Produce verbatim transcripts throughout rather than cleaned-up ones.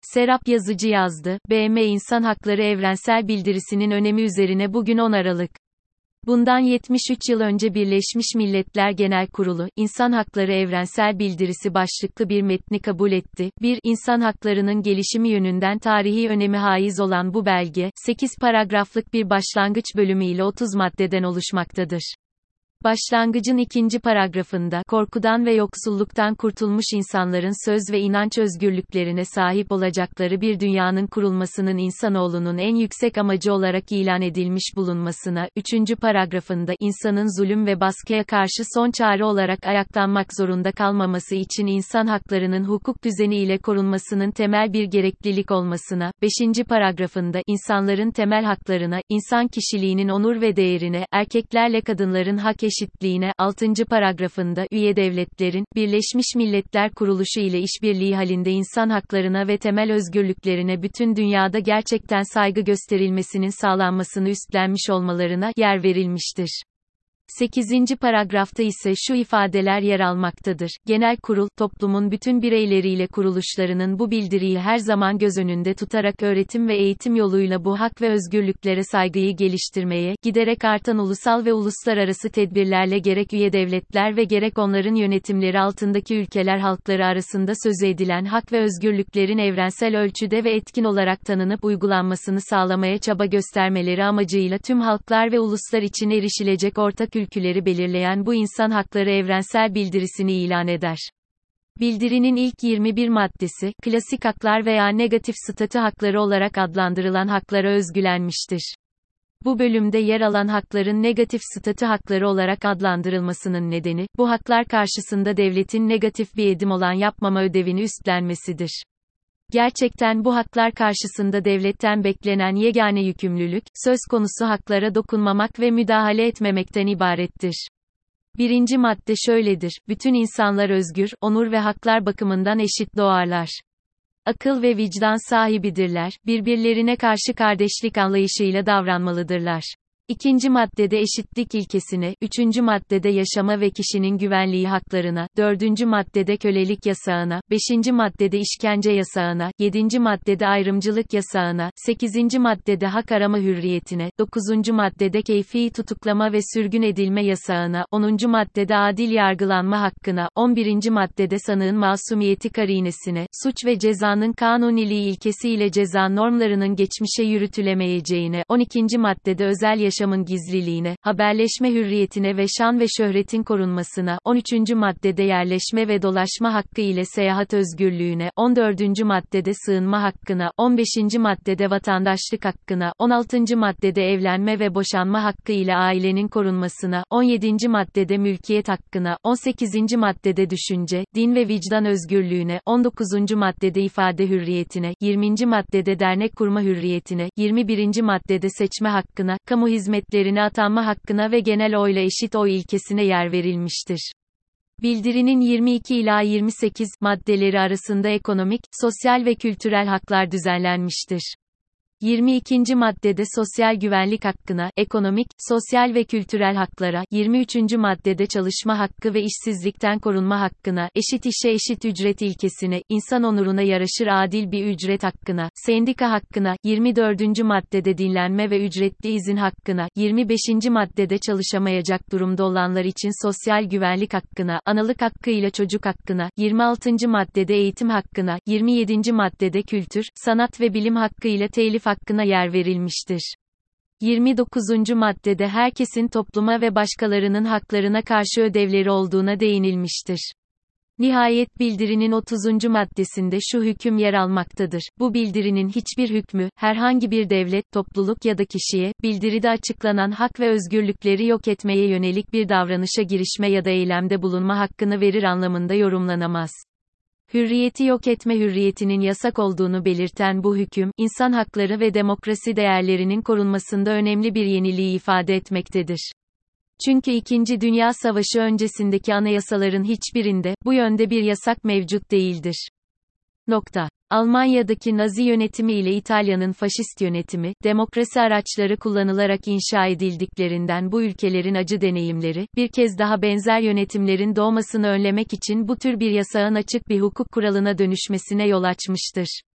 Serap Yazıcı yazdı. B M İnsan Hakları Evrensel Bildirisi'nin önemi üzerine bugün on Aralık. Bundan yetmiş üç yıl önce Birleşmiş Milletler Genel Kurulu, İnsan Hakları Evrensel Bildirisi başlıklı bir metni kabul etti. bir İnsan haklarının gelişimi yönünden tarihi önemi haiz olan bu belge, sekiz paragraflık bir başlangıç bölümü ile otuz maddeden oluşmaktadır. Başlangıcın ikinci paragrafında, korkudan ve yoksulluktan kurtulmuş insanların söz ve inanç özgürlüklerine sahip olacakları bir dünyanın kurulmasının insanoğlunun en yüksek amacı olarak ilan edilmiş bulunmasına, üçüncü paragrafında, insanın zulüm ve baskıya karşı son çare olarak ayaklanmak zorunda kalmaması için insan haklarının hukuk düzeni ile korunmasının temel bir gereklilik olmasına, beşinci paragrafında, insanların temel haklarına, insan kişiliğinin onur ve değerine, erkeklerle kadınların hak eşitliğine, altıncı paragrafında, üye devletlerin, Birleşmiş Milletler Kuruluşu ile işbirliği halinde insan haklarına ve temel özgürlüklerine bütün dünyada gerçekten saygı gösterilmesinin sağlanmasını üstlenmiş olmalarına yer verilmiştir. sekizinci paragrafta ise şu ifadeler yer almaktadır. Genel Kurul, toplumun bütün bireyleriyle kuruluşlarının bu bildiriyi her zaman göz önünde tutarak öğretim ve eğitim yoluyla bu hak ve özgürlüklere saygıyı geliştirmeye, giderek artan ulusal ve uluslararası tedbirlerle gerek üye devletler ve gerek onların yönetimleri altındaki ülkeler halkları arasında sözü edilen hak ve özgürlüklerin evrensel ölçüde ve etkin olarak tanınıp uygulanmasını sağlamaya çaba göstermeleri amacıyla tüm halklar ve uluslar için erişilecek ortak ülkeleri belirleyen bu insan hakları evrensel bildirisini ilan eder. Bildirinin ilk yirmi bir maddesi, klasik haklar veya negatif statü hakları olarak adlandırılan haklara özgülenmiştir. Bu bölümde yer alan hakların negatif statü hakları olarak adlandırılmasının nedeni, bu haklar karşısında devletin negatif bir edim olan yapmama ödevini üstlenmesidir. Gerçekten bu haklar karşısında devletten beklenen yegane yükümlülük, söz konusu haklara dokunmamak ve müdahale etmemekten ibarettir. Birinci madde şöyledir: bütün insanlar özgür, onur ve haklar bakımından eşit doğarlar. Akıl ve vicdan sahibidirler, birbirlerine karşı kardeşlik anlayışıyla davranmalıdırlar. İkinci maddede eşitlik ilkesine, üçüncü maddede yaşama ve kişinin güvenliği haklarına, dördüncü maddede kölelik yasağına, beşinci maddede işkence yasağına, yedinci maddede ayrımcılık yasağına, sekizinci maddede hak arama hürriyetine, dokuzuncu maddede keyfi tutuklama ve sürgün edilme yasağına, onuncu maddede adil yargılanma hakkına, on birinci maddede sanığın masumiyeti karinesine, suç ve cezanın kanuniliği ilkesiyle ceza normlarının geçmişe yürütülemeyeceğine, on ikinci maddede özel yaşam yaşamın gizliliğine, haberleşme hürriyetine ve şan ve şöhretin korunmasına, on üçüncü maddede yerleşme ve dolaşma hakkı ile seyahat özgürlüğüne, on dördüncü maddede sığınma hakkına, on beşinci maddede vatandaşlık hakkına, on altıncı maddede evlenme ve boşanma hakkı ile ailenin korunmasına, on yedinci maddede mülkiyet hakkına, on sekizinci maddede düşünce, din ve vicdan özgürlüğüne, on dokuzuncu maddede ifade hürriyetine, yirminci maddede dernek kurma hürriyetine, yirmi birinci maddede seçme hakkına, kamu hizmetlerine atanma hakkına ve genel oyla eşit oy ilkesine yer verilmiştir. Bildirinin yirmi iki ila yirmi sekiz maddeleri arasında ekonomik, sosyal ve kültürel haklar düzenlenmiştir. yirmi ikinci maddede sosyal güvenlik hakkına, ekonomik, sosyal ve kültürel haklara, yirmi üçüncü maddede çalışma hakkı ve işsizlikten korunma hakkına, eşit işe eşit ücret ilkesine, insan onuruna yaraşır adil bir ücret hakkına, sendika hakkına, yirmi dördüncü maddede dinlenme ve ücretli izin hakkına, yirmi beşinci maddede çalışamayacak durumda olanlar için sosyal güvenlik hakkına, analık hakkı ile çocuk hakkına, yirmi altıncı maddede eğitim hakkına, yirmi yedinci maddede kültür, sanat ve bilim hakkı ile telif hakkına yer verilmiştir. yirmi dokuzuncu maddede herkesin topluma ve başkalarının haklarına karşı ödevleri olduğuna değinilmiştir. Nihayet bildirinin otuzuncu maddesinde şu hüküm yer almaktadır: bu bildirinin hiçbir hükmü, herhangi bir devlet, topluluk ya da kişiye, bildiride açıklanan hak ve özgürlükleri yok etmeye yönelik bir davranışa girişme ya da eylemde bulunma hakkını verir anlamında yorumlanamaz. Hürriyeti yok etme hürriyetinin yasak olduğunu belirten bu hüküm, insan hakları ve demokrasi değerlerinin korunmasında önemli bir yeniliği ifade etmektedir. Çünkü İkinci Dünya Savaşı öncesindeki anayasaların hiçbirinde, bu yönde bir yasak mevcut değildir. Nokta. Almanya'daki Nazi yönetimi ile İtalya'nın faşist yönetimi, demokrasi araçları kullanılarak inşa edildiklerinden bu ülkelerin acı deneyimleri, bir kez daha benzer yönetimlerin doğmasını önlemek için bu tür bir yasağın açık bir hukuk kuralına dönüşmesine yol açmıştır.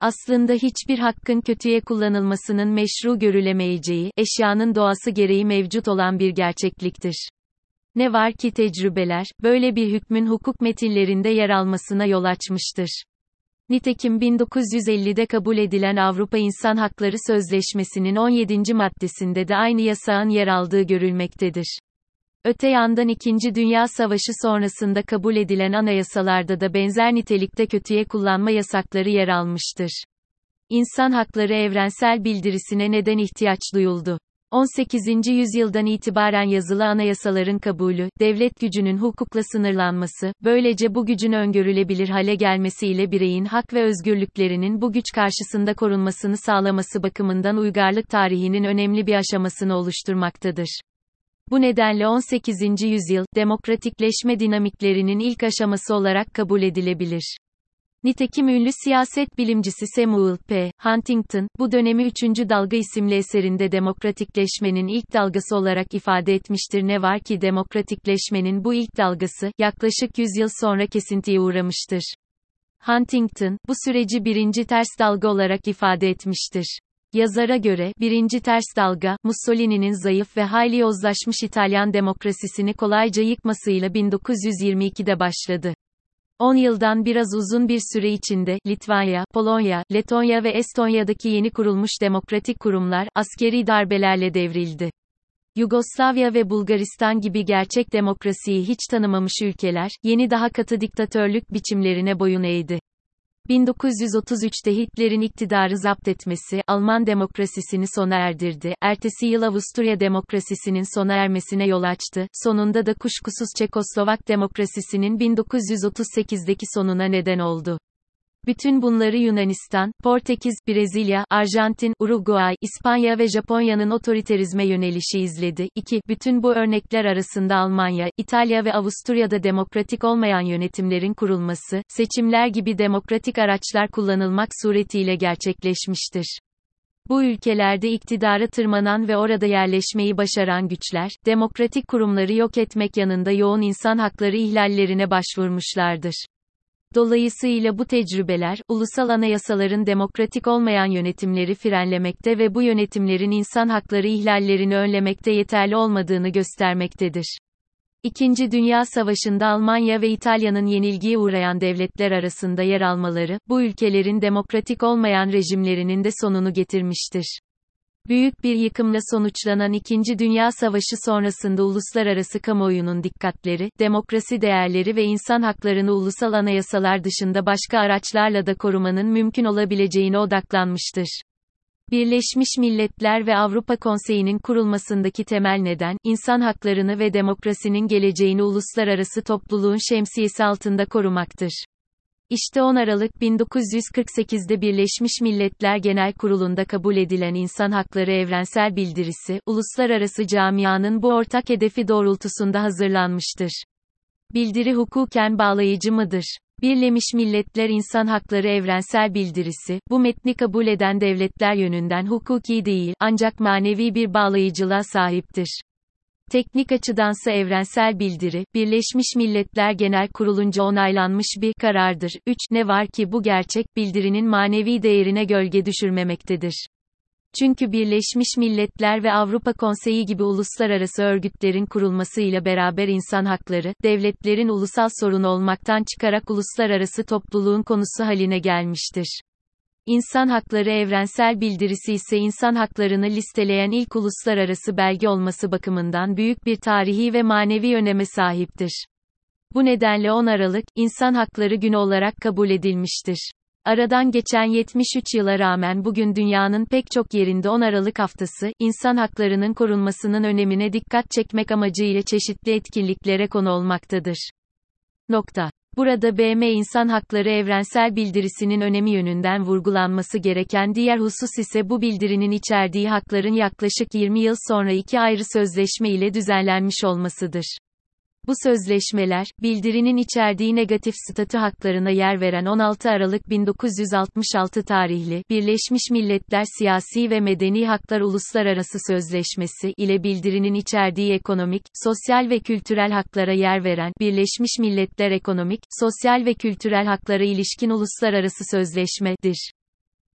Aslında hiçbir hakkın kötüye kullanılmasının meşru görülemeyeceği, eşyanın doğası gereği mevcut olan bir gerçekliktir. Ne var ki tecrübeler, böyle bir hükmün hukuk metinlerinde yer almasına yol açmıştır. Nitekim bin dokuz yüz ellide kabul edilen Avrupa İnsan Hakları Sözleşmesi'nin on yedinci maddesinde de aynı yasağın yer aldığı görülmektedir. Öte yandan İkinci Dünya Savaşı sonrasında kabul edilen anayasalarda da benzer nitelikte kötüye kullanma yasakları yer almıştır. İnsan Hakları Evrensel Bildirisi'ne neden ihtiyaç duyuldu? on sekizinci yüzyıldan itibaren yazılı anayasaların kabulü, devlet gücünün hukukla sınırlanması, böylece bu gücün öngörülebilir hale gelmesiyle bireyin hak ve özgürlüklerinin bu güç karşısında korunmasını sağlaması bakımından uygarlık tarihinin önemli bir aşamasını oluşturmaktadır. Bu nedenle on sekizinci yüzyıl, demokratikleşme dinamiklerinin ilk aşaması olarak kabul edilebilir. Nitekim ünlü siyaset bilimcisi Samuel P. Huntington, bu dönemi Üçüncü Dalga isimli eserinde demokratikleşmenin ilk dalgası olarak ifade etmiştir. Ne var ki demokratikleşmenin bu ilk dalgası, yaklaşık yüz yıl sonra kesintiye uğramıştır. Huntington, bu süreci birinci ters dalga olarak ifade etmiştir. Yazara göre, birinci ters dalga, Mussolini'nin zayıf ve hayli yozlaşmış İtalyan demokrasisini kolayca yıkmasıyla bin dokuz yüz yirmi ikide başladı. on yıldan biraz uzun bir süre içinde, Litvanya, Polonya, Letonya ve Estonya'daki yeni kurulmuş demokratik kurumlar, askeri darbelerle devrildi. Yugoslavya ve Bulgaristan gibi gerçek demokrasiyi hiç tanımamış ülkeler, yeni daha katı diktatörlük biçimlerine boyun eğdi. bin dokuz yüz otuz üçte Hitler'in iktidarı zapt etmesi, Alman demokrasisini sona erdirdi, ertesi yıl Avusturya demokrasisinin sona ermesine yol açtı, sonunda da kuşkusuz Çekoslovak demokrasisinin bin dokuz yüz otuz sekizdeki sonuna neden oldu. Bütün bunları Yunanistan, Portekiz, Brezilya, Arjantin, Uruguay, İspanya ve Japonya'nın otoriterizme yönelişi izledi. iki Bütün bu örnekler arasında Almanya, İtalya ve Avusturya'da demokratik olmayan yönetimlerin kurulması, seçimler gibi demokratik araçlar kullanılmak suretiyle gerçekleşmiştir. Bu ülkelerde iktidara tırmanan ve orada yerleşmeyi başaran güçler, demokratik kurumları yok etmek yanında yoğun insan hakları ihlallerine başvurmuşlardır. Dolayısıyla bu tecrübeler, ulusal anayasaların demokratik olmayan yönetimleri frenlemekte ve bu yönetimlerin insan hakları ihlallerini önlemekte yeterli olmadığını göstermektedir. İkinci Dünya Savaşı'nda Almanya ve İtalya'nın yenilgiye uğrayan devletler arasında yer almaları, bu ülkelerin demokratik olmayan rejimlerinin de sonunu getirmiştir. Büyük bir yıkımla sonuçlanan İkinci Dünya Savaşı sonrasında uluslararası kamuoyunun dikkatleri, demokrasi değerleri ve insan haklarını ulusal anayasalar dışında başka araçlarla da korumanın mümkün olabileceğine odaklanmıştır. Birleşmiş Milletler ve Avrupa Konseyi'nin kurulmasındaki temel neden, insan haklarını ve demokrasinin geleceğini uluslararası topluluğun şemsiyesi altında korumaktır. İşte on Aralık bin dokuz yüz kırk sekizde Birleşmiş Milletler Genel Kurulu'nda kabul edilen İnsan Hakları Evrensel Bildirisi, uluslararası camianın bu ortak hedefi doğrultusunda hazırlanmıştır. Bildiri hukuken bağlayıcı mıdır? Birleşmiş Milletler İnsan Hakları Evrensel Bildirisi, bu metni kabul eden devletler yönünden hukuki değil, ancak manevi bir bağlayıcılığa sahiptir. Teknik açıdansa evrensel bildiri, Birleşmiş Milletler Genel Kurulu'nca onaylanmış bir karardır. üç Ne var ki bu gerçek, bildirinin manevi değerine gölge düşürmemektedir. Çünkü Birleşmiş Milletler ve Avrupa Konseyi gibi uluslararası örgütlerin kurulmasıyla beraber insan hakları, devletlerin ulusal sorunu olmaktan çıkarak uluslararası topluluğun konusu haline gelmiştir. İnsan Hakları Evrensel Bildirisi ise insan haklarını listeleyen ilk uluslararası belge olması bakımından büyük bir tarihi ve manevi öneme sahiptir. Bu nedenle on Aralık, İnsan Hakları Günü olarak kabul edilmiştir. Aradan geçen yetmiş üç yıla rağmen bugün dünyanın pek çok yerinde on Aralık haftası, insan haklarının korunmasının önemine dikkat çekmek amacıyla çeşitli etkinliklere konu olmaktadır. Nokta. Burada B M İnsan Hakları Evrensel Bildirisi'nin önemi yönünden vurgulanması gereken diğer husus ise bu bildirinin içerdiği hakların yaklaşık yirmi yıl sonra iki ayrı sözleşme ile düzenlenmiş olmasıdır. Bu sözleşmeler, bildirinin içerdiği negatif statü haklarına yer veren on altı Aralık bin dokuz yüz altmış altı tarihli, Birleşmiş Milletler Siyasi ve Medeni Haklar Uluslararası Sözleşmesi ile bildirinin içerdiği ekonomik, sosyal ve kültürel haklara yer veren, Birleşmiş Milletler Ekonomik, Sosyal ve Kültürel Haklara İlişkin Uluslararası Sözleşme'dir.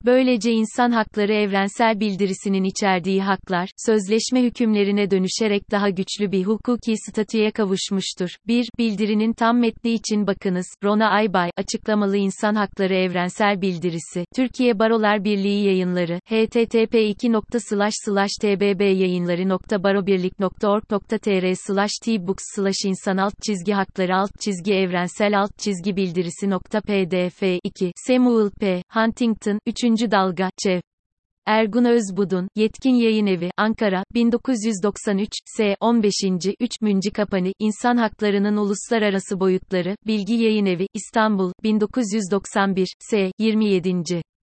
Böylece insan hakları evrensel bildirisinin içerdiği haklar, sözleşme hükümlerine dönüşerek daha güçlü bir hukuki statüye kavuşmuştur. bir Bildirinin tam metni için bakınız. Rona Aybay, Açıklamalı İnsan Hakları Evrensel Bildirisi, Türkiye Barolar Birliği Yayınları, h t t p iki nokta slash slash t b b yayınları nokta barobirlik nokta org nokta t r slash t books slash insan alt çizgi hakları alt çizgi evrensel alt çizgi bildirisi nokta p d f iki Samuel P. Huntington, üçüncü dalga, Çev. Ergun Özbudun, Yetkin Yayınevi, Ankara, bin dokuz yüz doksan üç, S. on beş. üç Münci Kapani, İnsan Haklarının Uluslararası Boyutları, Bilgi Yayınevi, İstanbul, bin dokuz yüz doksan bir, S. yirmi yedi.